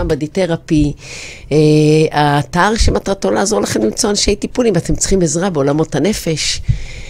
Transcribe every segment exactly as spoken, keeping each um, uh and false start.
בדי תרפי, האתר שמטרתו לעזור לכם למצוא אנשי טיפולים, ואתם צריכים עזרה בעולמות הנפש.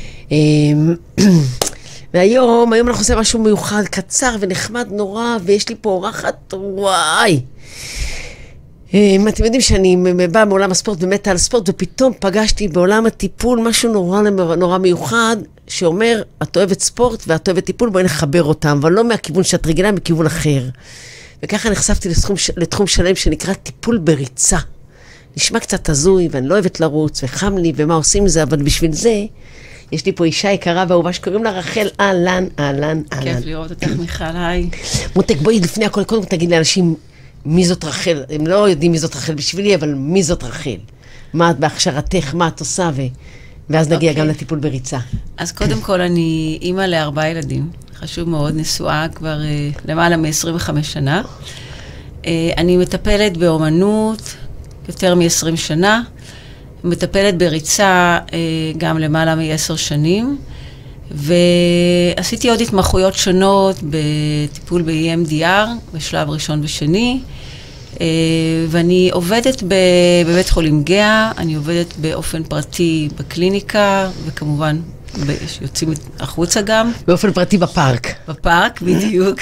והיום, היום אנחנו עושים משהו מיוחד, קצר ונחמד נורא, ויש לי פה אורחת, וואי. אתם יודעים שאני באה מעולם הספורט ומתה על ספורט, ופתאום פגשתי בעולם הטיפול משהו נורא, נורא מיוחד, שאומר, את אוהבת ספורט ואת אוהבת טיפול, בואי נחבר אותם, אבל לא מהכיוון שאת רגילה, מכיוון אחר. וככה נחשפתי לתחום, לתחום שלם שנקרא טיפול בריצה. נשמע קצת הזוי, ואני לא אוהבת לרוץ, וחם לי, ומה עושים עם זה, אבל בשביל זה, יש לי פה אישה יקרה ואהובה שקוראים לה רחל, אהלן, אהלן, אהלן. כיף לראות אותך, מיכל, היי. מותק, בואי לפני הכל, קודם תגיד לאנשים מי זאת רחל. הם לא יודעים מי זאת רחל בשבילי, אבל מי זאת רחל? מה את בהכשרתך, מה את עושה, ו... ואז נגיע okay. גם לטיפול בריצה. אז קודם כל, אני אימא לארבעה ילדים. חשוב מאוד, נשואה כבר uh, למעלה מ-עשרים וחמש שנה. Uh, אני מטפלת באומנות יותר מ-עשרים שנה. מטפלת בריצה uh, גם למעלה מ-עשר שנים. ועשיתי עוד התמחויות שונות בטיפול ב-E M D R, בשלב ראשון ושני. ואני עובדת בבית חולים גאה, אני עובדת באופן פרטי בקליניקה, וכמובן יוצאים החוצה גם. באופן פרטי בפארק. בפארק, בדיוק.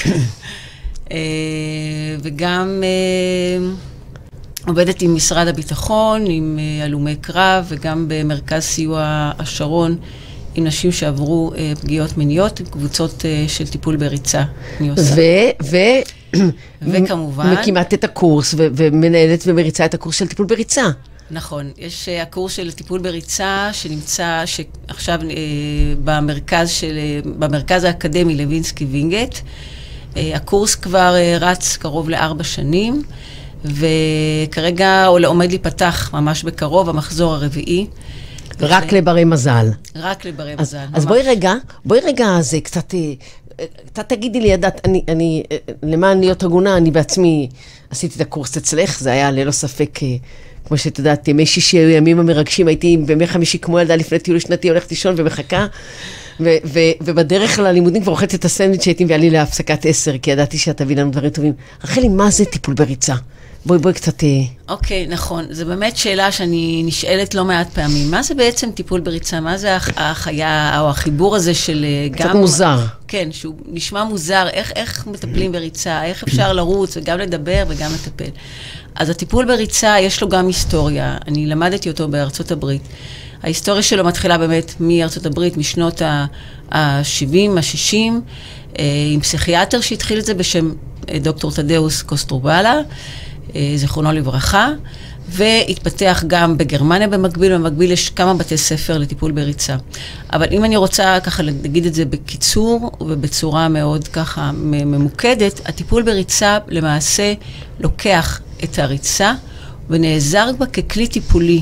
וגם עובדת עם משרד הביטחון, עם הלומי קרב, וגם במרכז סיוע השרון, עם נשים שעברו פגיעות מיניות, קבוצות של טיפול בריצה. ו... ו... וכמובן... מקימת את הקורס ו- ומנהלת ומריצה את הקורס של טיפול בריצה. נכון. יש uh, הקורס של טיפול בריצה שנמצא עכשיו uh, במרכז, של, uh, במרכז האקדמי לוינסקי וינגייט. Uh, הקורס כבר uh, רץ קרוב לארבע שנים, וכרגע עומד להיפתח ממש בקרוב, המחזור הרביעי. רק וזה... לברי מזל. רק לברי אז, מזל. אז בואי רגע, בואי רגע, זה קצת... אתה תגידי לי, ידעת, אני, אני, למען להיות הגונה, אני בעצמי עשיתי את הקורס אצלך, זה היה ללא ספק, כמו שאת יודעת, ימי שישי היו ימים המרגשים, הייתי בימי חמישי כמו ילדה לפני טיול שנתי, הולכת לישון ומחכה, ו, ו, ובדרך ללימודים כבר רוחצת את הסנדוויץ' שהייתי מביאה לי להפסקת עשר, כי ידעתי שאת תביא לנו דברים טובים. רחלי, מה זה טיפול בריצה? בואי, בואי קצת... אוקיי, נכון. זו באמת שאלה שאני נשאלת לא מעט פעמים. מה זה בעצם טיפול בריצה? מה זה החיה או החיבור הזה של גם... קצת מוזר. כן, שהוא נשמע מוזר. איך, איך מטפלים בריצה? איך אפשר לרוץ וגם לדבר וגם לטפל? אז הטיפול בריצה יש לו גם היסטוריה. אני למדתי אותו בארצות הברית. ההיסטוריה שלו מתחילה באמת מארצות הברית, משנות ה-שבעים, ה-שישים, עם פסיכיאטר שהתחיל את זה בשם דוקטור תדאוס קוסטרובלה, זיכרונו לברכה, והתפתח גם בגרמניה במקביל, במקביל יש כמה בתי ספר לטיפול בריצה. אבל אם אני רוצה ככה להגיד את זה בקיצור ובצורה מאוד ככה ממוקדת, הטיפול בריצה למעשה לוקח את הריצה ונעזר בה ככלי טיפולי,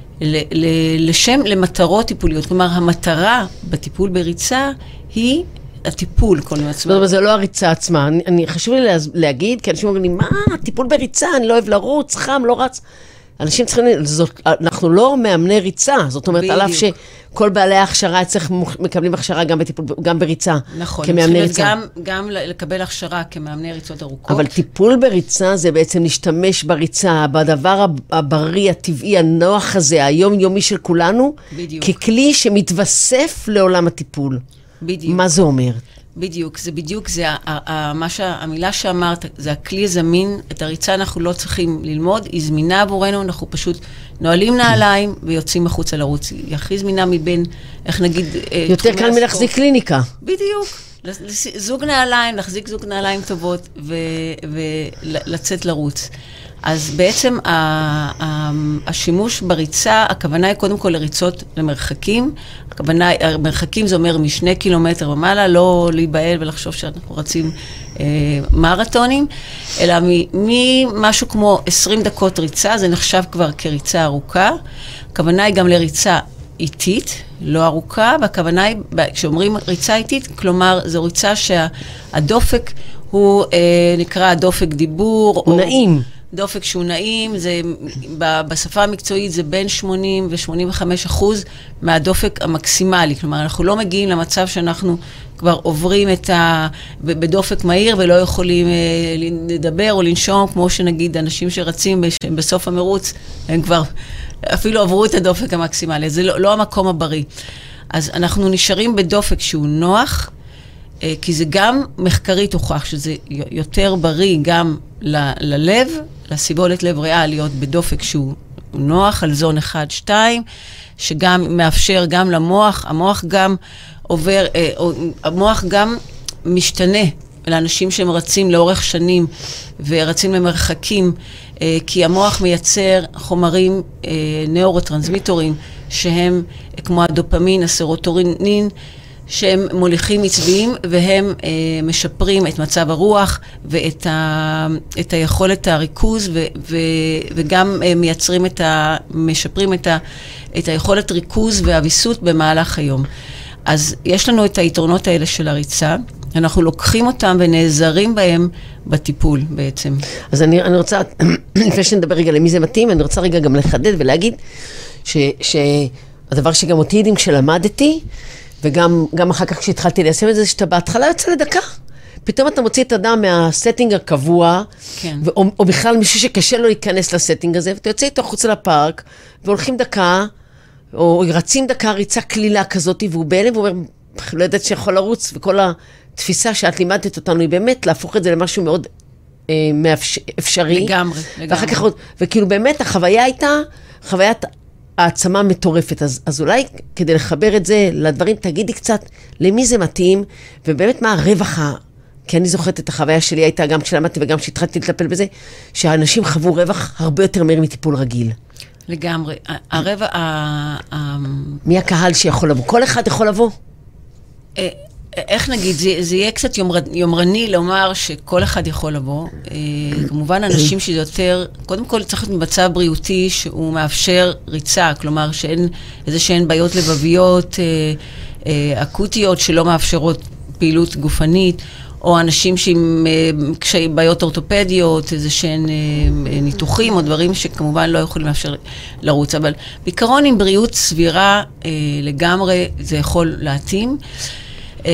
לשם, למטרות טיפוליות. כלומר, המטרה בטיפול בריצה היא הטיפול, כל מיני עצמה. זה לא הריצה עצמה. אני, אני חשוב לי להגיד, כי אנשים אומרים לי, מה, טיפול בריצה, אני לא אוהב לרוץ, חם, לא רץ. אנשים צריכים, זאת, אנחנו לא מאמני ריצה, זאת אומרת, על אף שכל בעלי ההכשרה אצלך מקבלים הכשרה גם בטיפול, גם בריצה, נכון, כמאמני ריצה. גם, גם לקבל הכשרה כמאמני ריצות ארוכות. אבל טיפול בריצה זה בעצם להשתמש בריצה, בדבר הבריא, הטבעי, הנוח הזה, היומיומי של כולנו, בדיוק. ככלי שמתווסף לעולם הטיפול. בדיוק. מה זה אומר? בדיוק, זה בדיוק, זה מה שהמילה שאמרת, זה הכלי הזמין, את הריצה אנחנו לא צריכים ללמוד, היא זמינה עבורנו, אנחנו פשוט נועלים נעליים ויוצאים מחוץ על ערוץ. היא הכי זמינה מבין, איך נגיד... יותר קל מלהחזיק קליניקה. בדיוק. זוג נעליים, להחזיק זוג נעליים טובות ולצאת לרוץ. אז בעצם השימוש בריצה, הכוונה היא קודם כל לריצות למרחקים. הכוונה, המרחקים זה אומר משני קילומטר ומעלה, לא להיבהל ולחשוב שאנחנו רצים אה, מרתונים, אלא ממשהו כמו עשרים דקות ריצה, זה נחשב כבר כריצה ארוכה. הכוונה היא גם לריצה איטית, לא ארוכה, והכוונה היא, כשאומרים ריצה איטית, כלומר, זו ריצה שהדופק הוא אה, נקרא דופק דיבור. הוא או, נעים. דופק שהוא נעים, זה, בשפה המקצועית זה בין שמונים ו-שמונים וחמישה אחוז מהדופק המקסימלי. כלומר, אנחנו לא מגיעים למצב שאנחנו כבר עוברים את ה... בדופק מהיר ולא יכולים לדבר או לנשום, כמו שנגיד אנשים שרצים בסוף המרוץ, הם כבר אפילו עברו את הדופק המקסימלי. זה לא, לא המקום הבריא. אז אנחנו נשארים בדופק שהוא נוח, כי זה גם מחקרית הוכח שזה יותר בריא גם ל- ללב, לסיבולת לב ריאה להיות בדופק שהוא נוח על זון אחד שתיים, שגם מאפשר גם למוח, המוח גם עובר, המוח גם משתנה לאנשים שהם רצים לאורך שנים ורצים למרחקים, כי המוח מייצר חומרים נאורוטרנסמיטורים שהם כמו הדופמין, הסרוטונין, שהם מוליכים עצביים והם אה, משפרים את מצב הרוח ואת ה, את היכולת הריכוז ו, ו, וגם אה, מייצרים את ה, משפרים את, ה, את היכולת ריכוז והוויסות במהלך היום. אז יש לנו את היתרונות האלה של הריצה, אנחנו לוקחים אותם ונעזרים בהם בטיפול בעצם. אז אני, אני רוצה, לפני שנדבר רגע למי זה מתאים, אני רוצה רגע גם לחדד ולהגיד ש, שהדבר שגם אותי יודעים כשלמדתי, וגם גם אחר כך כשהתחלתי ליישם את זה, שאתה בהתחלה יוצא לדקה. פתאום אתה מוציא את האדם מהסטינג הקבוע, כן. ו- או, או בכלל מישהו שקשה לו להיכנס לסטינג הזה, ואתה יוצא איתו חוץ לפארק, והולכים דקה, או רצים דקה ריצה כלילה כזאת, והוא בהלם, והוא אומר, לא יודעת שיכול לרוץ, וכל התפיסה שאת לימדת אותנו היא באמת להפוך את זה למשהו מאוד אה, מאפשר, אפשרי. לגמרי, לגמרי. ואחר כך, וכאילו באמת החוויה הייתה, חוויית העצמה מטורפת, אז, אז אולי כדי לחבר את זה לדברים, תגידי קצת למי זה מתאים, ובאמת מה הרווח, כי אני זוכרת את החוויה שלי הייתה גם כשלמדתי וגם כשהתחלתי לטפל בזה, שהאנשים חוו רווח הרבה יותר מהר מטיפול רגיל. לגמרי. הרווח... מי הקהל שיכול לבוא? כל אחד יכול לבוא? איך נגיד, זה, זה יהיה קצת יומר, יומרני לומר שכל אחד יכול לבוא. אה, כמובן, אנשים שזה יותר, קודם כל צריך להיות במצב בריאותי שהוא מאפשר ריצה, כלומר שאין איזה שהן בעיות לבביות אה, אה, אקוטיות שלא מאפשרות פעילות גופנית, או אנשים שעם אה, קשי בעיות אורתופדיות, איזה שהן אה, ניתוחים או דברים שכמובן לא יכולים לאפשר לרוץ, אבל בעיקרון עם בריאות סבירה אה, לגמרי זה יכול להתאים. Uh,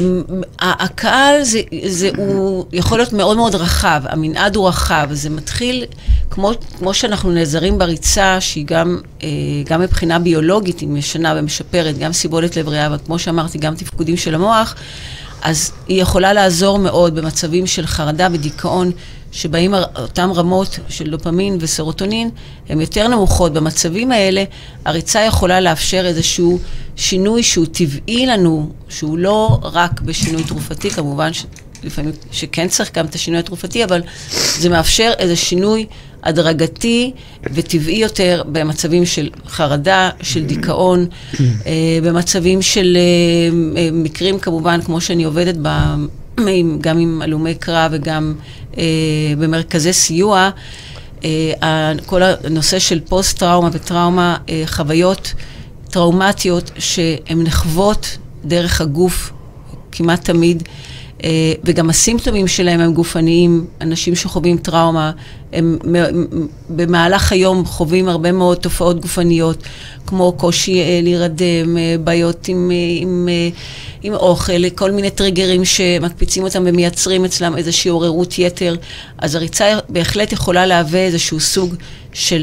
הקהל זה, זה הוא יכול להיות מאוד מאוד רחב, המנעד הוא רחב, זה מתחיל כמו, כמו שאנחנו נעזרים בריצה שהיא גם, uh, גם מבחינה ביולוגית היא משנה ומשפרת, גם סיבולת לב ריאה, וכמו שאמרתי גם תפקודים של המוח, אז היא יכולה לעזור מאוד במצבים של חרדה ודיכאון, שבאים אותם רמות של דופמין וסרוטונין, הן יותר נמוכות. במצבים האלה, הריצה יכולה לאפשר איזשהו שינוי שהוא טבעי לנו, שהוא לא רק בשינוי תרופתי, כמובן שלפעמים שכן צריך גם את השינוי התרופתי, אבל זה מאפשר איזה שינוי הדרגתי וטבעי יותר במצבים של חרדה, של דיכאון, במצבים של מקרים כמובן, כמו שאני עובדת ב... גם עם הלומי קרב וגם אה, במרכזי סיוע, אה, כל הנושא של פוסט-טראומה וטראומה, אה, חוויות טראומטיות שהן נחוות דרך הגוף כמעט תמיד, אה, וגם הסימפטומים שלהם הם גופניים, אנשים שחווים טראומה, הם במהלך היום חווים הרבה מאוד תופעות גופניות, כמו קושי אה, להירדם, אה, בעיות עם... עם אה, עם אוכל, כל מיני טריגרים שמקפיצים אותם ומייצרים אצלם איזושהי עוררות יתר. אז הריצה בהחלט יכולה להווה איזשהו סוג של,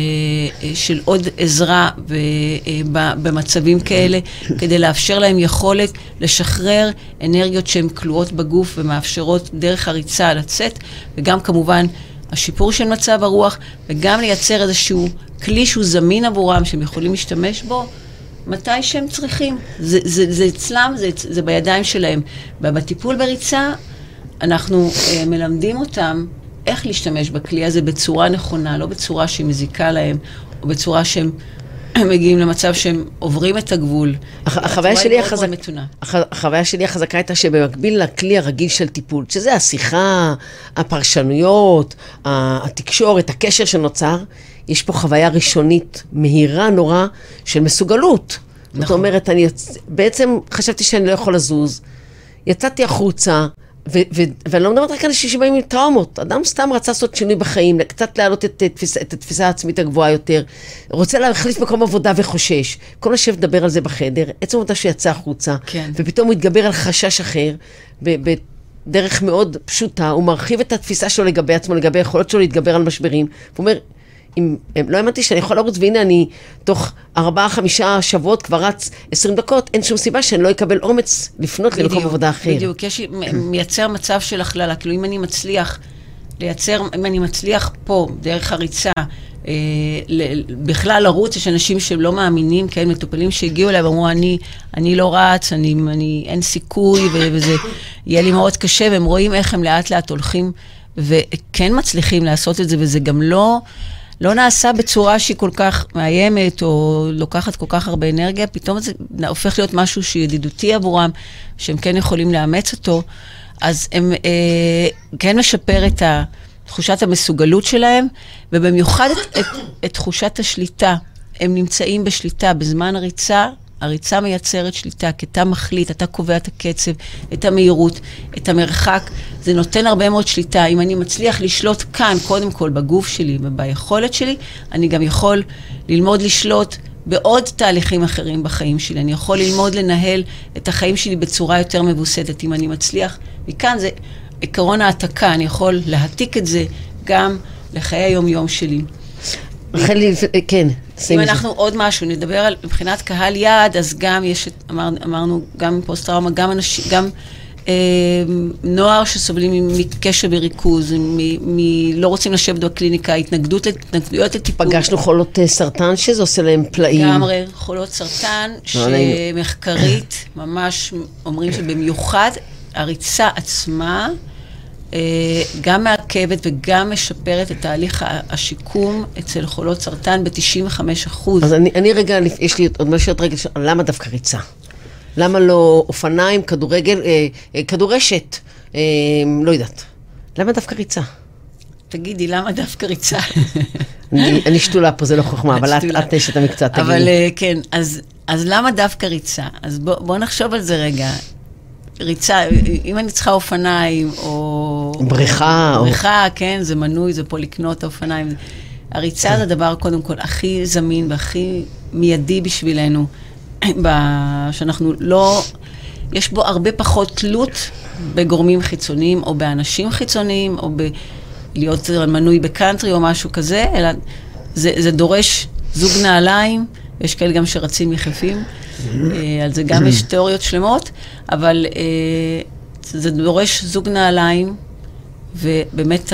של עוד עזרה במצבים כאלה, כדי לאפשר להם יכולת לשחרר אנרגיות שהן כלואות בגוף ומאפשרות דרך הריצה לצאת, וגם כמובן השיפור של מצב הרוח, וגם לייצר איזשהו כלי שהוא זמין עבורם, שהם יכולים להשתמש בו, מתי שהם צריכים. זה, זה, זה אצלם, זה, זה בידיים שלהם. בטיפול בריצה, אנחנו אה, מלמדים אותם איך להשתמש בכלי הזה בצורה נכונה, לא בצורה שהיא מזיקה להם, או בצורה שהם מגיעים למצב שהם עוברים את הגבול. החוויה שלי החזק... החוויה שלי החזקה הייתה שבמקביל לכלי הרגיל של טיפול, שזה השיחה, הפרשנויות, התקשורת, הקשר שנוצר, יש פה חוויה ראשונית מהירה נורא של מסוגלות. נכון. זאת אומרת, אני בעצם חשבתי שאני לא יכול לזוז, יצאתי החוצה, ו- ו- ואני לא מדברת רק על אנשים שבאים עם טראומות, אדם סתם רצה לעשות שינוי בחיים, קצת להעלות את, את, את, את התפיסה העצמית הגבוהה יותר, רוצה להחליף מקום עבודה וחושש, כל השב דבר על זה בחדר, עצם אותה שיצא החוצה, כן. ופתאום הוא התגבר על חשש אחר, בדרך מאוד פשוטה, הוא מרחיב את התפיסה שלו לגבי עצמו, לגבי היכולות שלו להתגבר על משברים, הוא אומר, אם, לא האמנתי שאני יכול לרוץ, והנה אני תוך ארבעה, חמישה שבועות כבר רץ עשרים דקות, אין שום סיבה שאני לא אקבל אומץ לפנות בדיוק, למקום עבודה אחר. בדיוק, יש, מייצר מצב של הכללה, כאילו אם אני מצליח לייצר, אם אני מצליח פה, דרך הריצה, אה, בכלל לרוץ, יש אנשים שהם לא מאמינים, כן, מטופלים שהגיעו אליי ואמרו, אני, אני לא רץ, אני, אני, אין סיכוי, וזה יהיה לי מאוד קשה, והם רואים איך הם לאט לאט הולכים, וכן מצליחים לעשות את זה, וזה גם לא... לא נעשה בצורה שהיא כל כך מאיימת, או לוקחת כל כך הרבה אנרגיה, פתאום זה הופך להיות משהו שידידותי עבורם, שהם כן יכולים לאמץ אותו, אז הם אה, כן משפר את תחושת המסוגלות שלהם, ובמיוחד את, את, את תחושת השליטה. הם נמצאים בשליטה בזמן הריצה, הריצה מייצרת שליטה, כי אתה מחליט, אתה קובע את הקצב, את המהירות, את המרחק, זה נותן הרבה מאוד שליטה. אם אני מצליח לשלוט כאן, קודם כל, בגוף שלי וביכולת שלי, אני גם יכול ללמוד לשלוט בעוד תהליכים אחרים בחיים שלי. אני יכול ללמוד לנהל את החיים שלי בצורה יותר מבוסתת. אם אני מצליח, מכאן זה עקרון העתקה, אני יכול להעתיק את זה גם לחיי היום-יום שלי. רחלי, כן. אם אנחנו עוד משהו, נדבר על מבחינת קהל יעד, אז גם יש, אמר, אמרנו, גם פוסט-טראומה, גם אנשים, גם אה, נוער שסובלים מקשר בריכוז, מלא רוצים לשבת בקליניקה, התנגדות, התנגדויות לטיפול. פגשנו חולות סרטן שזה עושה להם פלאים. גמרי, חולות סרטן, שמחקרית, ממש אומרים שבמיוחד הריצה עצמה, גם מעכבת וגם משפרת את תהליך השיקום אצל חולות סרטן ב-תשעים וחמישה אחוז. אז אני, אני רגע, יש לי עוד משהו עוד רגע, למה דווקא ריצה? למה לא אופניים, כדורגל, אה, אה, כדורשת? אה, לא יודעת. למה דווקא ריצה? תגידי, למה דווקא ריצה? אני, אני שתולה פה, זה לא חוכמה, אבל את, את נשת המקצת, תגידי. אבל כן, אז, אז למה דווקא ריצה? אז בוא, בוא נחשוב על זה רגע. ריצה, אם אני צריכה אופניים, או... בריכה. בריכה, או... כן, זה מנוי, זה פה לקנות אופניים. הריצה זה הדבר, קודם כל, הכי זמין והכי מיידי בשבילנו, שאנחנו לא... יש בו הרבה פחות תלות בגורמים חיצוניים, או באנשים חיצוניים, או ב... להיות מנוי בקאנטרי או משהו כזה, אלא זה, זה דורש זוג נעליים, יש כאלה גם שרצים יחפים, על זה גם יש תיאוריות שלמות, אבל זה דורש זוג נעליים, ובאמת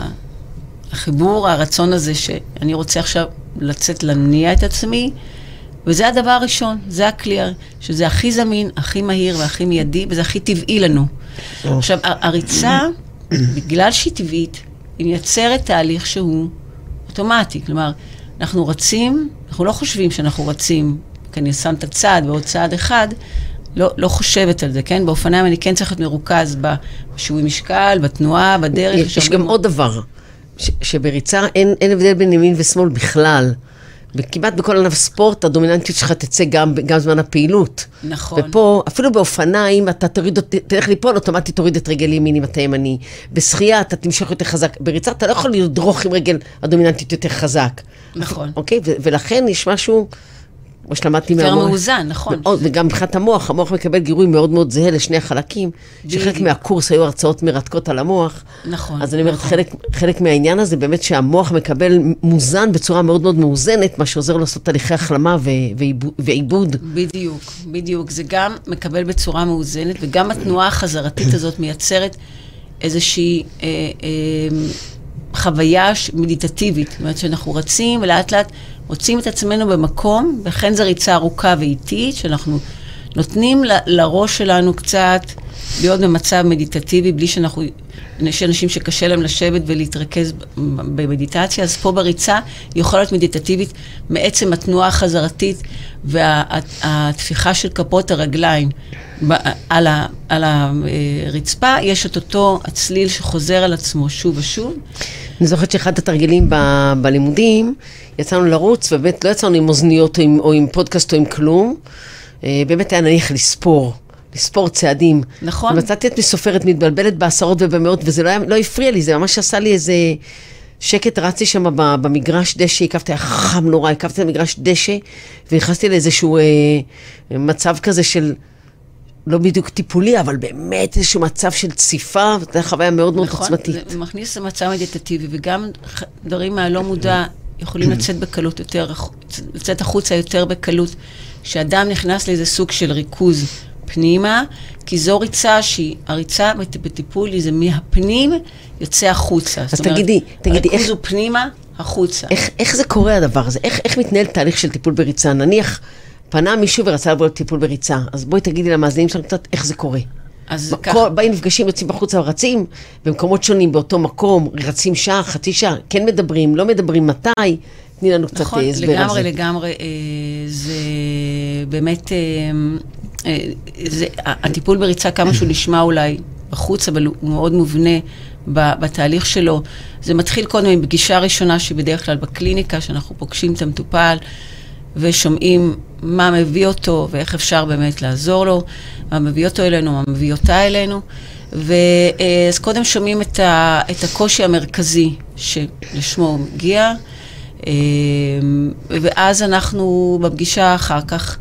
החיבור, הרצון הזה שאני רוצה עכשיו לצאת להניע את עצמי, וזה הדבר הראשון, זה הכלי, שזה הכי זמין, הכי מהיר והכי מיידי, וזה הכי טבעי לנו. עכשיו, הריצה, בגלל שהיא טבעית, היא מייצרת תהליך שהוא אוטומטי, כלומר, אנחנו רצים, אנחנו לא חושבים שאנחנו רצים, כי אני שם את הצעד ועוד צעד אחד, לא, לא חושבת על זה, כן? באופניים אני כן צריך להיות מרוכז בשיווי משקל, בתנועה, בדרך. יש, יש גם עוד דבר, ש, שבריצה אין, אין הבדל בין ימין ושמאל בכלל. וכמעט בכל ענף ספורט, הדומיננטיות שלך תצא גם, גם זמן הפעילות. נכון. ופה, אפילו באופניים, אתה תוריד, תלך ליפול, אוטומטית תוריד את רגל ימין אם אתה ימני. בשחייה, אתה תמשוך יותר חזק. בריצה, אתה לא יכול לדרוך עם רגל הדומיננטיות יותר חזק. נכון. אוקיי? ו- ולכן יש משהו, כמו שלמדתי מהמוח. יותר מאוזן, נכון. מאוד, וגם מבחינת המוח, המוח מקבל גירוי מאוד מאוד זהה לשני החלקים. שחלק מהקורס היו הרצאות מרתקות על המוח. נכון. אז אני אומרת, חלק, חלק מהעניין הזה באמת שהמוח מקבל מוזן בצורה מאוד מאוד מאוזנת, מה שעוזר לו לעשות תהליכי החלמה ועיבוד. בדיוק, בדיוק. זה גם מקבל בצורה מאוזנת, וגם התנועה החזרתית הזאת מייצרת איזושהי אה, אה, חוויה מדיטטיבית. זאת אומרת שאנחנו רצים ולאט לאט מוצאים את עצמנו במקום, וכן זו ריצה ארוכה ואיטית, שאנחנו נותנים ל- לראש שלנו קצת להיות במצב מדיטטיבי, בלי שאנחנו, יש אנשים שקשה להם לשבת ולהתרכז במדיטציה, אז פה בריצה היא יכולה להיות מדיטטיבית מעצם התנועה החזרתית והתפיחה של כפות הרגליים על, ה, על הרצפה, יש את אותו הצליל שחוזר על עצמו שוב ושוב. אני זוכרת שאחד התרגילים ב- בלימודים, יצאנו לרוץ, ובאמת לא יצאנו עם אוזניות או עם, או עם פודקאסט או עם כלום, באמת היה נניח לספור. לספור צעדים. נכון. ומצאתי את מסופרת מתבלבלת בעשרות ובמאות, וזה לא, היה, לא הפריע לי, זה ממש עשה לי איזה שקט, רצתי שם במגרש דשא, הקפתי, היה חם נורא, הקפתי למגרש דשא, ונכנסתי לאיזשהו אה, מצב כזה של, לא בדיוק טיפולי, אבל באמת איזשהו מצב של ציפה, וזו הייתה חוויה מאוד מאוד נכון, עוצמתית. זה מכניס למצב מדיטטיבי, וגם דברים מהלא מודע יכולים לצאת בקלות יותר, לצאת החוצה יותר בקלות, שאדם נכנס לאיזה סוג של ריכוז פנימה, כי זו ריצה שהיא, הריצה בטיפול היא זה מהפנים יוצא החוצה. אז תגידי, תגידי, הריכוז הוא פנימה, החוצה. איך, איך זה קורה הדבר הזה? איך, איך מתנהל תהליך של טיפול בריצה? נניח, פנה מישהו ורצה לבוא לטיפול בריצה, אז בואי תגידי למאזינים שלנו קצת איך זה קורה. אז ככה. באים נפגשים, יוצאים בחוצה ורצים, במקומות שונים, באותו מקום, רצים שעה, חצי שעה, כן מדברים, לא מדברים, מתי? תני לנו קצת נכון, הסבר על זה. לגמרי, לגמרי, זה באמת, זה, הטיפול בריצה כמה שהוא נשמע אולי בחוץ, אבל הוא מאוד מובנה בתהליך שלו. זה מתחיל קודם עם פגישה ראשונה שהיא בדרך כלל בקליניקה, שאנחנו פוגשים את המטופל ושומעים מה מביא אותו ואיך אפשר באמת לעזור לו, מה מביא אותו אלינו, מה מביא אותה אלינו. ואז קודם שומעים את, ה, את הקושי המרכזי שלשמו הוא מגיע, ואז אנחנו בפגישה אחר כך,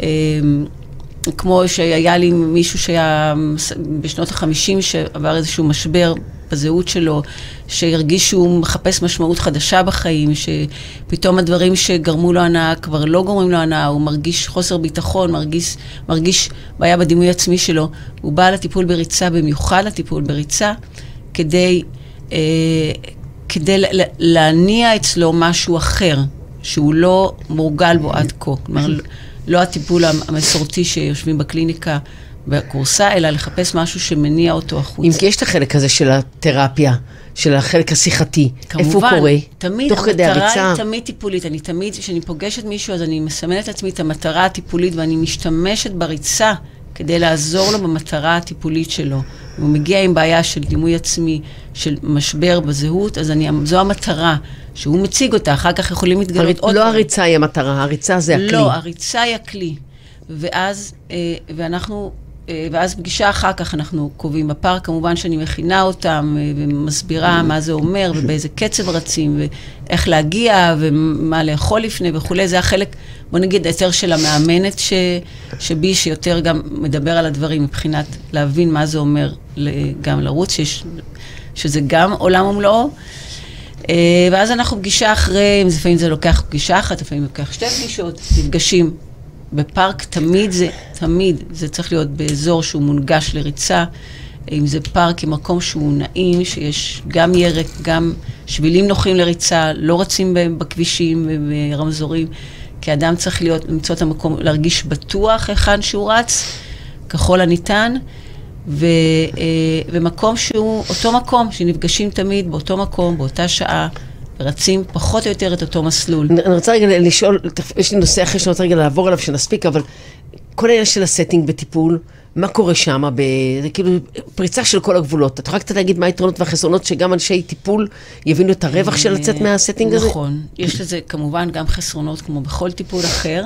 כמו שהיה לי מישהו שהיה בשנות החמישים שעבר איזשהו משבר בזהות שלו, שהרגיש שהוא מחפש משמעות חדשה בחיים, שפתאום הדברים שגרמו לו הנאה כבר לא גורמים לו הנאה, הוא מרגיש חוסר ביטחון, מרגיש, מרגיש בעיה בדימוי עצמי שלו. הוא בא לטיפול בריצה, במיוחד לטיפול בריצה, כדי, אה, כדי להניע אצלו משהו אחר, שהוא לא מורגל בו עד כה. כלומר, לא הטיפול המסורתי שיושבים בקליניקה בקורסה, אלא לחפש משהו שמניע אותו החוצה. אם כי יש את החלק הזה של התרפיה, של החלק השיחתי, כמובן, איפה הוא קורה? תמיד, תוך כדי הריצה. המטרה היא תמיד טיפולית. אני תמיד, כשאני פוגשת מישהו, אז אני מסמנת את עצמי את המטרה הטיפולית, ואני משתמשת בריצה כדי לעזור לו במטרה הטיפולית שלו. הוא מגיע עם בעיה של דימוי עצמי, של משבר בזהות, אז אני, זו המטרה שהוא מציג אותה, אחר כך יכולים להתגלות הריצ... עוד. לא הריצה היא המטרה, הריצה זה הכלי. לא, הריצה היא הכלי. ואז, ואנחנו, ואז פגישה אחר כך אנחנו קובעים בפארק, כמובן שאני מכינה אותם ומסבירה מה זה אומר ובאיזה קצב רצים ואיך להגיע ומה לאכול לפני וכו'. זה החלק, בוא נגיד, יותר של המאמנת ש, שבי, שיותר גם מדבר על הדברים מבחינת להבין מה זה אומר גם לרוץ, שיש, שזה גם עולם ומלואו. ואז אנחנו פגישה אחרי, לפעמים זה לוקח פגישה אחת, לפעמים לוקח שתי פגישות, נפגשים בפארק. תמיד זה, תמיד זה צריך להיות באזור שהוא מונגש לריצה, אם זה פארק עם מקום שהוא נעים, שיש גם ירק, גם שבילים נוחים לריצה, לא רצים בכבישים וברמזורים, כי אדם צריך להיות, למצוא את המקום, להרגיש בטוח היכן שהוא רץ, ככל הניתן, ו, ומקום שהוא, אותו מקום, שנפגשים תמיד באותו מקום, באותה שעה, רצים פחות או יותר את אותו מסלול. אני רוצה רגע לשאול, יש לי נושא אחרי שאני רוצה רגע לעבור עליו שנספיק, אבל כל העניין של הסטינג בטיפול, מה קורה שם? זה כאילו פריצה של כל הגבולות. את יכולה קצת להגיד מה היתרונות והחסרונות שגם אנשי טיפול יבינו את הרווח של לצאת מהסטינג הזה? נכון. יש לזה כמובן גם חסרונות כמו בכל טיפול אחר,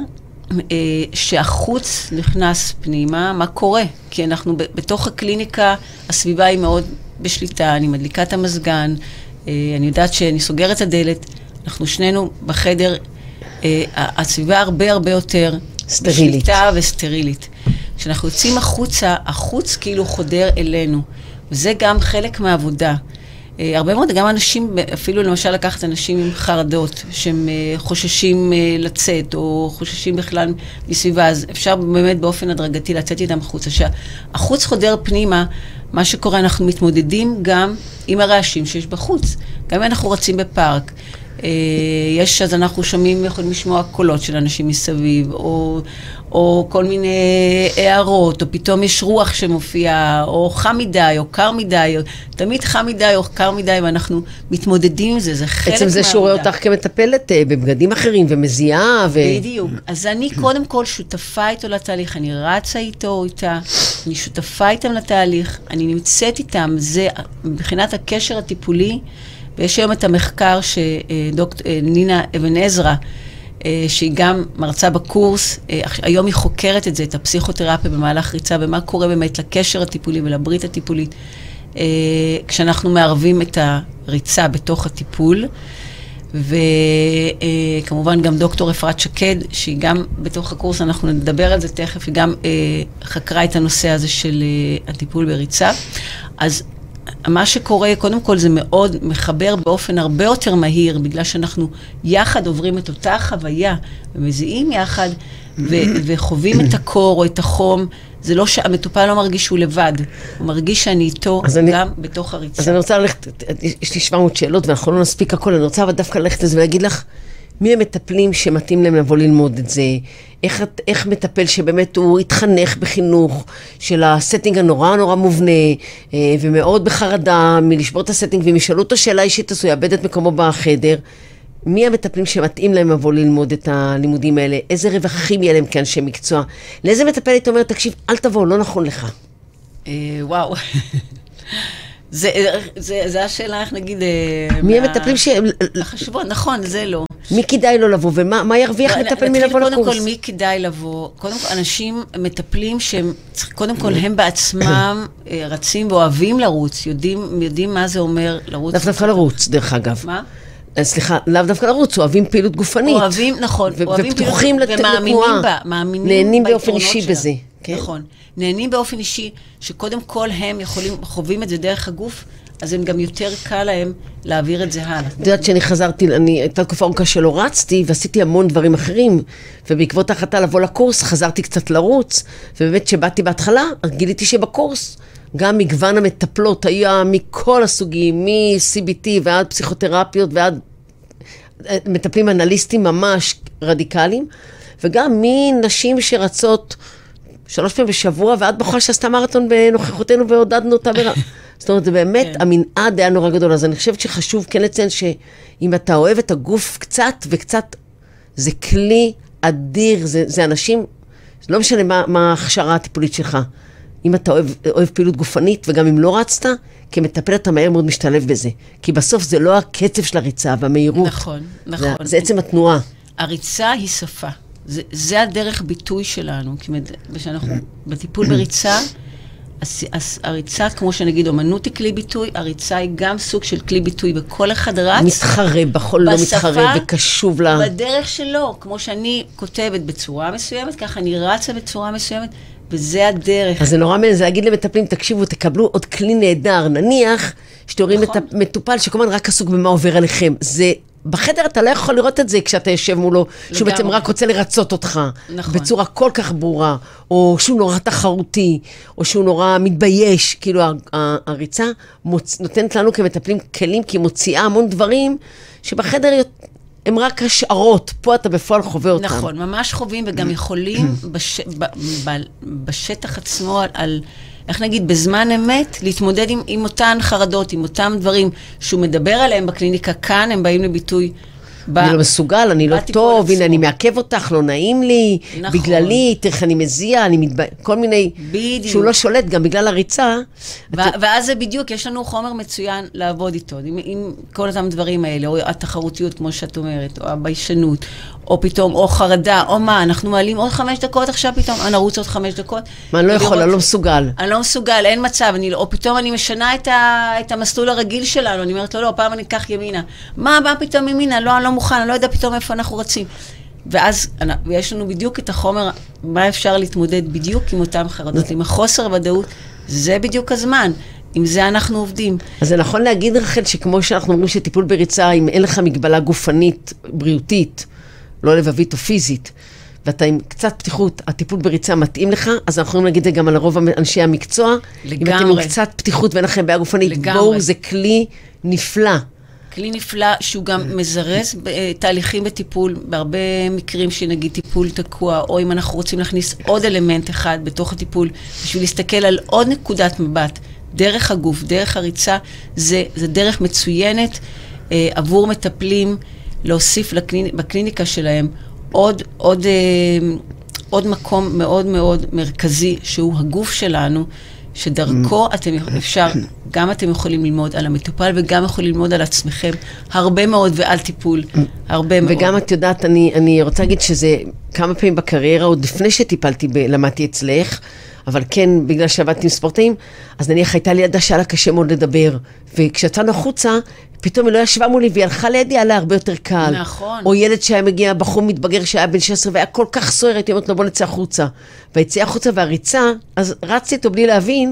שהחוץ נכנס פנימה, מה קורה? כי אנחנו בתוך הקליניקה, הסביבה היא מאוד בשליטה, אני מדליקה את המזגן, אני יודעת שאני סוגרת את הדלת, אנחנו שנינו בחדר, הסביבה הרבה הרבה יותר סטרילית. בשליטה וסטרילית. כשאנחנו יוצאים החוצה, החוץ כאילו חודר אלינו, וזה גם חלק מהעבודה. הרבה מאוד, גם אנשים, אפילו למשל לקחת אנשים עם חרדות, שהם חוששים לצאת, או חוששים בכלל מסביבה, אז אפשר באמת באופן הדרגתי לצאת איתם החוצה. שהחוץ חודר פנימה, מה שקורה, אנחנו מתמודדים גם עם הרעשים שיש בחוץ. גם אם אנחנו רצים בפארק, יש, אז אנחנו שומעים, יכולים לשמוע קולות של אנשים מסביב, או, או כל מיני הערות, או פתאום יש רוח שמופיעה, או חם מדי, או קר מדי, או, תמיד חם מדי, או קר מדי, ואנחנו מתמודדים עם זה, זה חלק מהעבודה. בעצם זה שהוא רואה אותך כמטפלת בבגדים אחרים, ומזיעה, ו... בדיוק. אז אני קודם כל שותפה איתו לתהליך, אני רצה איתו או איתה, אני שותפה איתם לתהליך, אני נמצאת איתם, זה מבחינת הקשר הטיפולי, ויש היום את המחקר שדוקטור נינה אבן עזרא שהיא גם מרצה בקורס, היום היא חוקרת את זה, את הפסיכותרפיה במהלך ריצה, ומה קורה באמת לקשר הטיפולי ולברית הטיפולית, כשאנחנו מערבים את הריצה בתוך הטיפול, וכמובן גם דוקטור אפרת שקד, שהיא גם בתוך הקורס, אנחנו נדבר על זה תכף, היא גם חקרה את הנושא הזה של הטיפול בריצה. אז מה שקורה, קודם כל זה מאוד מחבר באופן הרבה יותר מהיר, בגלל שאנחנו יחד עוברים את אותה חוויה, ומזיעים יחד, ו- וחווים את הקור או את החום. זה לא שהמטופל לא מרגיש שהוא לבד, הוא מרגיש שאני איתו גם אני, בתוך הריצה. אז אני רוצה ללכת, יש לי שבע מאות שאלות ואנחנו לא נספיק הכל, אני רוצה אבל דווקא ללכת לזה ולהגיד לך, מי המטפלים שמתאים להם לבוא ללמוד את זה? איך, איך מטפל שבאמת הוא התחנך בחינוך של הסטינג הנורא נורא מובנה, ומאוד בחרדה מלשבור את הסטינג, ואם ישאלו אותו שאלה אישית, אז הוא יאבד את מקומו בחדר. מי המטפלים שמתאים להם לבוא ללמוד את הלימודים האלה? איזה רווחים יהיה להם כאנשי מקצוע? לאיזה מטפלת אומר, תקשיב, אל תבוא, לא נכון לך? וואו. זה, זה, זה השאלה, איך נגיד... מי המטפלים ש... החשובות, נכון, זה לא. מי כדאי לו לבוא, ומה מה ירוויח מטפל מלבוא לקורס? קודם כל, מי כדאי לבוא? קודם כל, אנשים מטפלים שהם, קודם כל, הם בעצמם רצים ואוהבים לרוץ, יודעים, יודעים מה זה אומר לרוץ. דווקא לרוץ, דרך אגב. מה? סליחה, לאו דווקא לרוץ, אוהבים פעילות גופנית. אוהבים, נכון. ופתוחים לתנועה. ומאמינים בה, מאמינים נהנים באופן אישי בזה. נכון. נהנים באופן אישי, שקודם כל הם יכולים, חווים את זה דרך הגוף, אז הם גם יותר קל להם להעביר את זה הלאה. את יודעת שאני חזרתי, אני, הייתה תקופה ארוכה שלא רצתי, ועשיתי המון דברים אחרים, ובעקבות ההחלטה לבוא לקורס, חזרתי קצת לרוץ, ובאמת שבאתי בהתחלה, גיליתי שבקורס, גם מגוון המטפלות היה מכל הסוגים, מ-סי בי טי ועד פסיכותרפיות, ועד מטפלים אנליסטים ממש רדיקליים, וגם מנשים שרצות שלוש פעמים בשבוע, ועד בחורה שעשתה מרתון בנוכחותנו ועודדנו אותה ברע. זאת אומרת, זה באמת, כן. המנעד היה נורא גדול. אז אני חושבת שחשוב כן לציין שאם אתה אוהב את הגוף קצת וקצת, זה כלי אדיר, זה, זה אנשים, זה לא משנה מה, מה ההכשרה הטיפולית שלך. אם אתה אוהב, אוהב פעילות גופנית, וגם אם לא רצת, כמטפל אתה מהר מאוד משתלב בזה. כי בסוף זה לא הקצב של הריצה והמהירות. נכון, נכון. זה, זה עצם התנועה. הריצה היא שפה. זה, זה הדרך ביטוי שלנו. כי כשאנחנו בטיפול בריצה, הריצה, כמו שנגיד, אומנות היא כלי ביטוי, הריצה היא גם סוג של כלי ביטוי, וכל אחד רץ. מתחרה, בכל לא מתחרה וקשוב לה. בדרך שלו, כמו שאני כותבת בצורה מסוימת, ככה אני רצה בצורה מסוימת, וזה הדרך. אז זה נורא מעניין, זה להגיד למטפלים, תקשיבו, תקבלו עוד כלי נהדר. נניח שתורים נכון. את המטופל שכל הזמן רק עסוק במה עובר עליכם. זה... בחדר אתה לא יכול לראות את זה כשאתה יושב מולו, שהוא בעצם רק רוצה לרצות אותך, נכון. בצורה כל כך ברורה, או שהוא נורא תחרותי, או שהוא נורא מתבייש. כאילו הריצה מוצ... נותנת לנו כמטפלים כלים, כי היא מוציאה המון דברים שבחדר הם רק השערות, פה אתה בפועל חווה אותם. נכון, ממש חווים וגם יכולים בש... ב... ב... בשטח עצמו על... על... איך נגיד, בזמן אמת, להתמודד עם, עם אותן חרדות, עם אותם דברים שהוא מדבר עליהם בקליניקה, כאן הם באים לביטוי. ב... אני לא מסוגל, אני לא טוב, הנה אני מעכב אותך, לא נעים לי, נכון. בגללי, תראה אני מזיע, אני מתב... כל מיני, בדיוק. שהוא לא שולט גם בגלל הריצה. ו- את... ואז זה בדיוק, יש לנו חומר מצוין לעבוד איתו, עם, עם כל אותם דברים האלה, או התחרותיות, כמו שאת אומרת, או הביישנות, או פתאום, או חרדה, או מה, אנחנו מעלים עוד חמש דקות עכשיו פתאום, אני ארוץ עוד חמש דקות. מה, אני לא יכול, אני לא מסוגל. אני לא מסוגל, אין מצב, אני, או פתאום אני משנה את, ה, את המסלול הרגיל שלנו, אני אומרת לו, לא, פעם אני אקח ימינה. מה, מה פתאום ימינה? לא, אני לא מוכן, אני לא יודע פתאום איפה אנחנו רצים. ואז יש לנו בדיוק את החומר, מה אפשר להתמודד בדיוק עם אותם חרדות, עם החוסר ודאות, זה בדיוק הזמן. עם זה אנחנו עובדים. אז זה נכון להגיד, רחל, שכמו שאנחנו אומרים שטיפול בריצה, אם אין לך מגבלה גופנית, בריאותית, לא לבבית או פיזית, ואתה עם קצת פתיחות, הטיפול בריצה מתאים לך, אז אנחנו יכולים להגיד את זה גם על הרוב אנשי המקצוע. לגמרי. אם אתם עם קצת פתיחות ואין לכם בעיה גופנית, לגמרי. בואו, זה כלי נפלא. כלי נפלא שהוא גם מזרז תהליכים בטיפול, בהרבה מקרים שנגיד טיפול תקוע, או אם אנחנו רוצים להכניס עוד אלמנט אחד בתוך הטיפול, בשביל להסתכל על עוד נקודת מבט, דרך הגוף, דרך הריצה, זה, זה דרך מצוינת אה, עבור מטפלים, להוסיף לקליני, בקליניקה שלהם עוד, עוד, אה, עוד מקום מאוד מאוד מרכזי, שהוא הגוף שלנו, שדרכו אתם אפשר, גם אתם יכולים ללמוד על המטופל, וגם יכולים ללמוד על עצמכם, הרבה מאוד ועל טיפול, הרבה מאוד. וגם את יודעת, אני, אני רוצה להגיד שזה כמה פעמים בקריירה, עוד לפני שטיפלתי, ב, למדתי אצלך, אבל כן, בגלל שעבדתי עם ספורטאים, אז נניח הייתה לי ידה שהיה לה קשה מאוד לדבר, וכשיצאנו החוצה, פתאום היא לא ישבה מולי, והיא הלכה לידי, היה לה הרבה יותר קל. נכון. או ילד שהיה מגיע, בחור מתבגר שהיה בן שש עשרה, והיה כל כך סוער, הייתי אומרת לו, בוא נצא החוצה. והיציאה החוצה והריצה, אז רצתי אותו בלי להבין,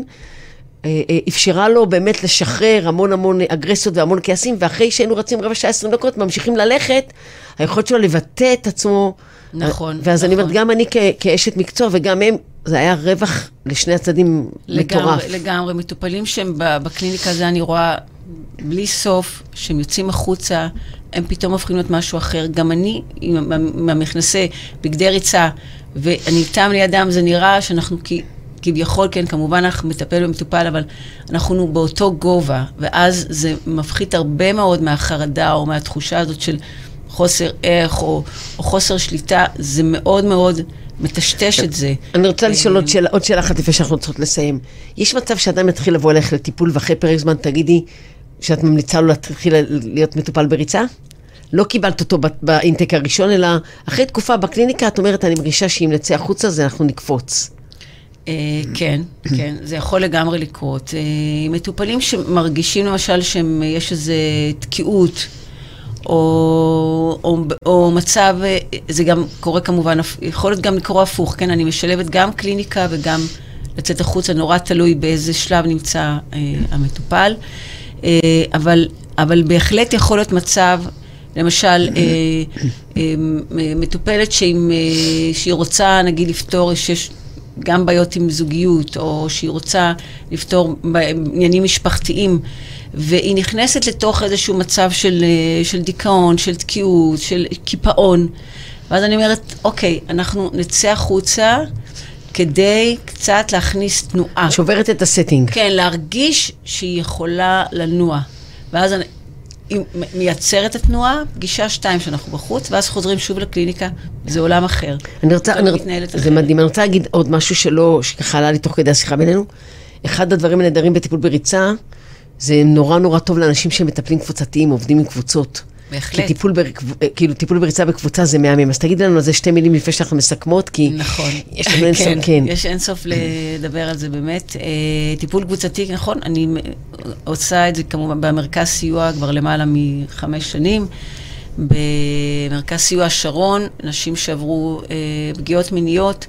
אפשרה לו באמת לשחרר המון המון אגרסיות והמון כעסים, ואחרי שהיינו רצים רבע שעה עשרים דקות, ממשיכים ללכת, היכולת שלו לבטא את עצמו. נכון. ואז נכון. אני אומרת, גם אני כ- כאשת מקצוע, וגם הם, זה היה רווח לשני הצדדים מטורף. לגמרי, לגמרי. מטופלים שהם בקליניקה הזה, אני רואה בלי סוף, שהם יוצאים החוצה, הם פתאום הופכים להיות משהו אחר. גם אני, עם המכנסי בגדי ריצה, ואני איתם לידם, זה נראה שאנחנו כי... כביכול, כן, כמובן אנחנו מטפל במטופל, אבל אנחנו באותו גובה, ואז זה מפחית הרבה מאוד מהחרדה, או מהתחושה הזאת של חוסר ערך, או, או חוסר שליטה, זה מאוד מאוד מטשטש את זה. אני רוצה לשאול עוד שאלה, עוד שאלה אחת לפני שאנחנו צריכות לסיים. יש מצב שאדם יתחיל לבוא אליך לטיפול, ואחרי פרק זמן תגידי שאת ממליצה לו להתחיל להיות מטופל בריצה? לא קיבלת אותו באינטק הראשון, אלא אחרי תקופה בקליניקה, את אומרת, אני מרגישה שאם נצא החוצה, אז אנחנו נקפוץ. כן, כן, זה יכול לגמרי לקרות. מטופלים שמרגישים למשל שיש איזו תקיעות, או, או, או מצב, זה גם קורה כמובן, יכול להיות גם לקרוא הפוך, כן, אני משלבת גם קליניקה וגם לצאת החוצה, נורא תלוי באיזה שלב נמצא אה, המטופל, אה, אבל, אבל בהחלט יכול להיות מצב, למשל, אה, אה, מטופלת שהיא, אה, שהיא רוצה, נגיד, לפתור שיש גם בעיות עם זוגיות, או שהיא רוצה לפתור בעניינים משפחתיים, והיא נכנסת לתוך איזשהו מצב של, של דיכאון, של תקיעות, של קיפאון. ואז אני אומרת, אוקיי, אנחנו נצא החוצה כדי קצת להכניס תנועה. שוברת את הסטינג. כן, להרגיש שהיא יכולה לנוע. ואז אני, היא מייצרת התנועה, פגישה שתיים שאנחנו בחוץ, ואז חוזרים שוב לקליניקה, זה עולם אחר. אני רוצה, אני, זה מדהים, אני רוצה להגיד עוד משהו שלא, שככה עלה לי תוך כדי השיחה בינינו. אחד הדברים הנהדרים בטיפול בריצה, זה נורא נורא טוב לאנשים שמטפלים קבוצתיים, עובדים עם קבוצות. בהחלט. כי טיפול, בר, כאילו, טיפול בריצה בקבוצה זה מהמם. אז תגיד לנו על זה שתי מילים לפני שאנחנו מסכמות, כי נכון. יש לנו אינסוף, כן, כן. יש אינסוף לדבר על זה באמת. טיפול קבוצתי, נכון, אני עושה את זה כמובן במרכז סיוע כבר למעלה מחמש שנים. במרכז סיוע שרון, נשים שעברו פגיעות מיניות.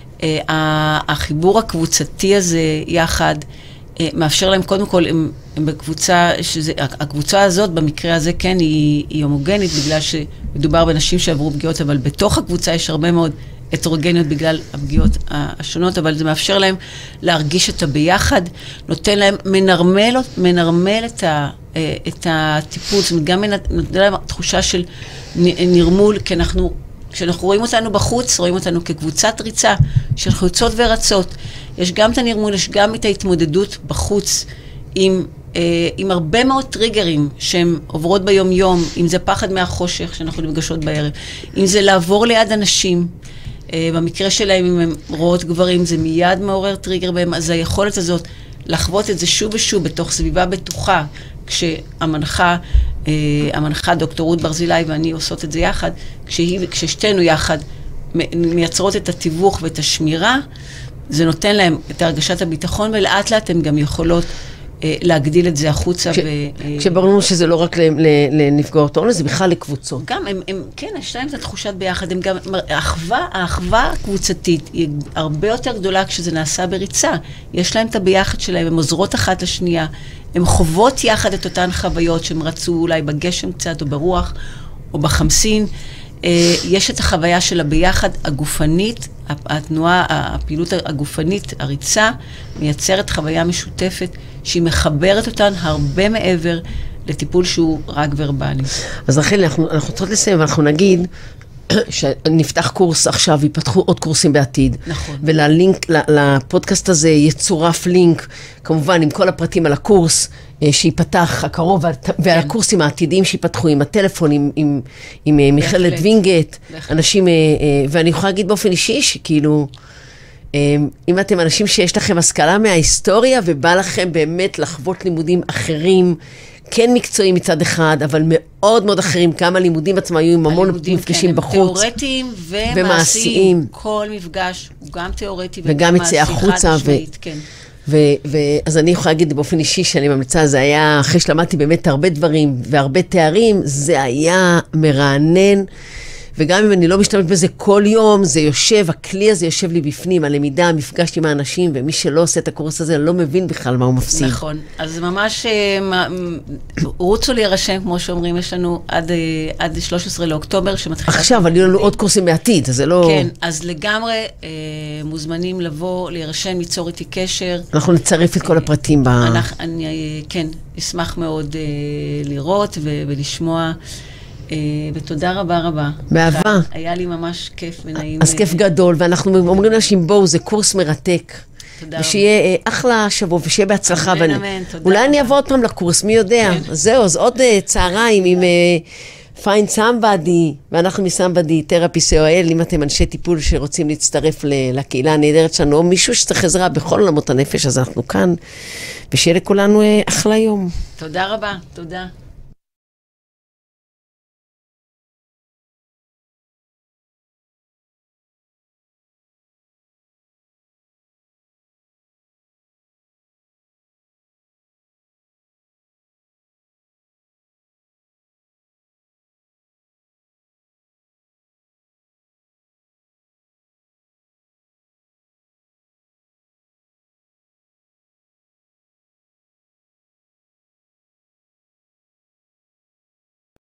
החיבור הקבוצתי הזה יחד, מאפשר להם, קודם כל, הם, הם בקבוצה, שזה, הקבוצה הזאת, במקרה הזה, כן, היא, היא הומוגנית, בגלל שמדובר בנשים שעברו פגיעות, אבל בתוך הקבוצה יש הרבה מאוד הטרוגניות בגלל הפגיעות השונות, אבל זה מאפשר להם להרגיש את הביחד, נותן להם, מנרמל, מנרמל את, ה, את הטיפול, זאת אומרת, גם נותן להם תחושה של נרמול, כי אנחנו, כשאנחנו רואים אותנו בחוץ, רואים אותנו כקבוצת ריצה, שאנחנו יוצאות ורצות. יש גם את הנרמול, יש גם את ההתמודדות בחוץ, עם, אה, עם הרבה מאוד טריגרים שהן עוברות ביום יום, אם זה פחד מהחושך שאנחנו נפגשות בערב, אם זה לעבור ליד אנשים, אה, במקרה שלהם, אם הם רואות גברים, זה מיד מעורר טריגר בהם, אז היכולת הזאת לחוות את זה שוב ושוב בתוך סביבה בטוחה, כשהמנחה, אה, המנחה דוקטור רות ברזילי ואני עושות את זה יחד, כשהיא, כששתינו יחד מייצרות את התיווך ואת השמירה, זה נותן להם את הרגשת הביטחון, ולאט לאט הן גם יכולות אה, להגדיל את זה החוצה. כש, ו, כשברור לנו שזה לא רק לנפגעות אונס, זה בכלל לקבוצות. גם, הם, הם, כן, יש להם את התחושת ביחד, הם גם, האחווה, האחווה הקבוצתית היא הרבה יותר גדולה כשזה נעשה בריצה. יש להם את הביחד שלהם, הם עוזרות אחת לשנייה, הם חוות יחד את אותן חוויות שהם רצו אולי בגשם קצת, או ברוח, או בחמסין. יש את החוויה של הביחד הגופנית, התנועה, הפעילות הגופנית, הריצה, מייצרת חוויה משותפת, שהיא מחברת אותן הרבה מעבר לטיפול שהוא רק ורבלי. אז רחל, אנחנו, אנחנו צריכות לסיים, ואנחנו נגיד שנפתח קורס עכשיו, ייפתחו עוד קורסים בעתיד. נכון. וללינק, לפודקאסט הזה יצורף לינק, כמובן עם כל הפרטים על הקורס, שיפתח הקרוב, והקורסים העתידיים שיפתחו עם הטלפון, עם, עם, עם מכללת וינגייט, אנשים, ואני יכולה להגיד באופן אישי, שכאילו, אם אתם אנשים שיש לכם השכלה מההיסטוריה, ובא לכם באמת לחוות לימודים אחרים, כן מקצועיים מצד אחד, אבל מאוד מאוד אחרים, כמה לימודים עצמם היו עם המון מפגשים בחוץ. תיאורטיים ומעשיים. כל מפגש הוא גם תיאורטי וגם יצא החוצה. אז אני יכולה להגיד באופן אישי שאני ממליצה, זה היה, אחרי שלמדתי באמת הרבה דברים והרבה תארים, זה היה מרענן, וגם אם אני לא משתמש בזה כל יום, זה יושב, הכלי הזה יושב לי בפנים, הלמידה, המפגש עם האנשים, ומי שלא עושה את הקורס הזה, לא מבין בכלל מה הוא מפסיד. נכון. אז ממש, רוצו להירשם, כמו שאומרים, יש לנו עד, עד שלושה עשר לאוקטובר, שמתחילה... עכשיו, אבל יהיו לנו עוד קורסים בעתיד, אז זה לא... כן, אז לגמרי מוזמנים לבוא, להירשם, ליצור איתי קשר. אנחנו נצרף את כל הפרטים ב... אני, כן, אשמח מאוד לראות ולשמוע. ותודה רבה רבה. באהבה. היה לי ממש כיף ונעים. אז כיף גדול, ואנחנו אומרים לאנשים, בואו, זה קורס מרתק. תודה רבה. ושיהיה אחלה שבוע, ושיהיה בהצלחה. אמן, אמן, תודה. אולי אני אבוא עוד פעם לקורס, מי יודע. אז זהו, אז עוד צהריים עם find somebody, ואנחנו מ-somebody therapy סי או אל, אם אתם אנשי טיפול שרוצים להצטרף לקהילה הנהדרת שלנו, או מישהו שצריך עזרה בכל עולמות הנפש, אז אנחנו כאן, ושיהיה לכולנו אחלה יום. תודה רבה, תודה.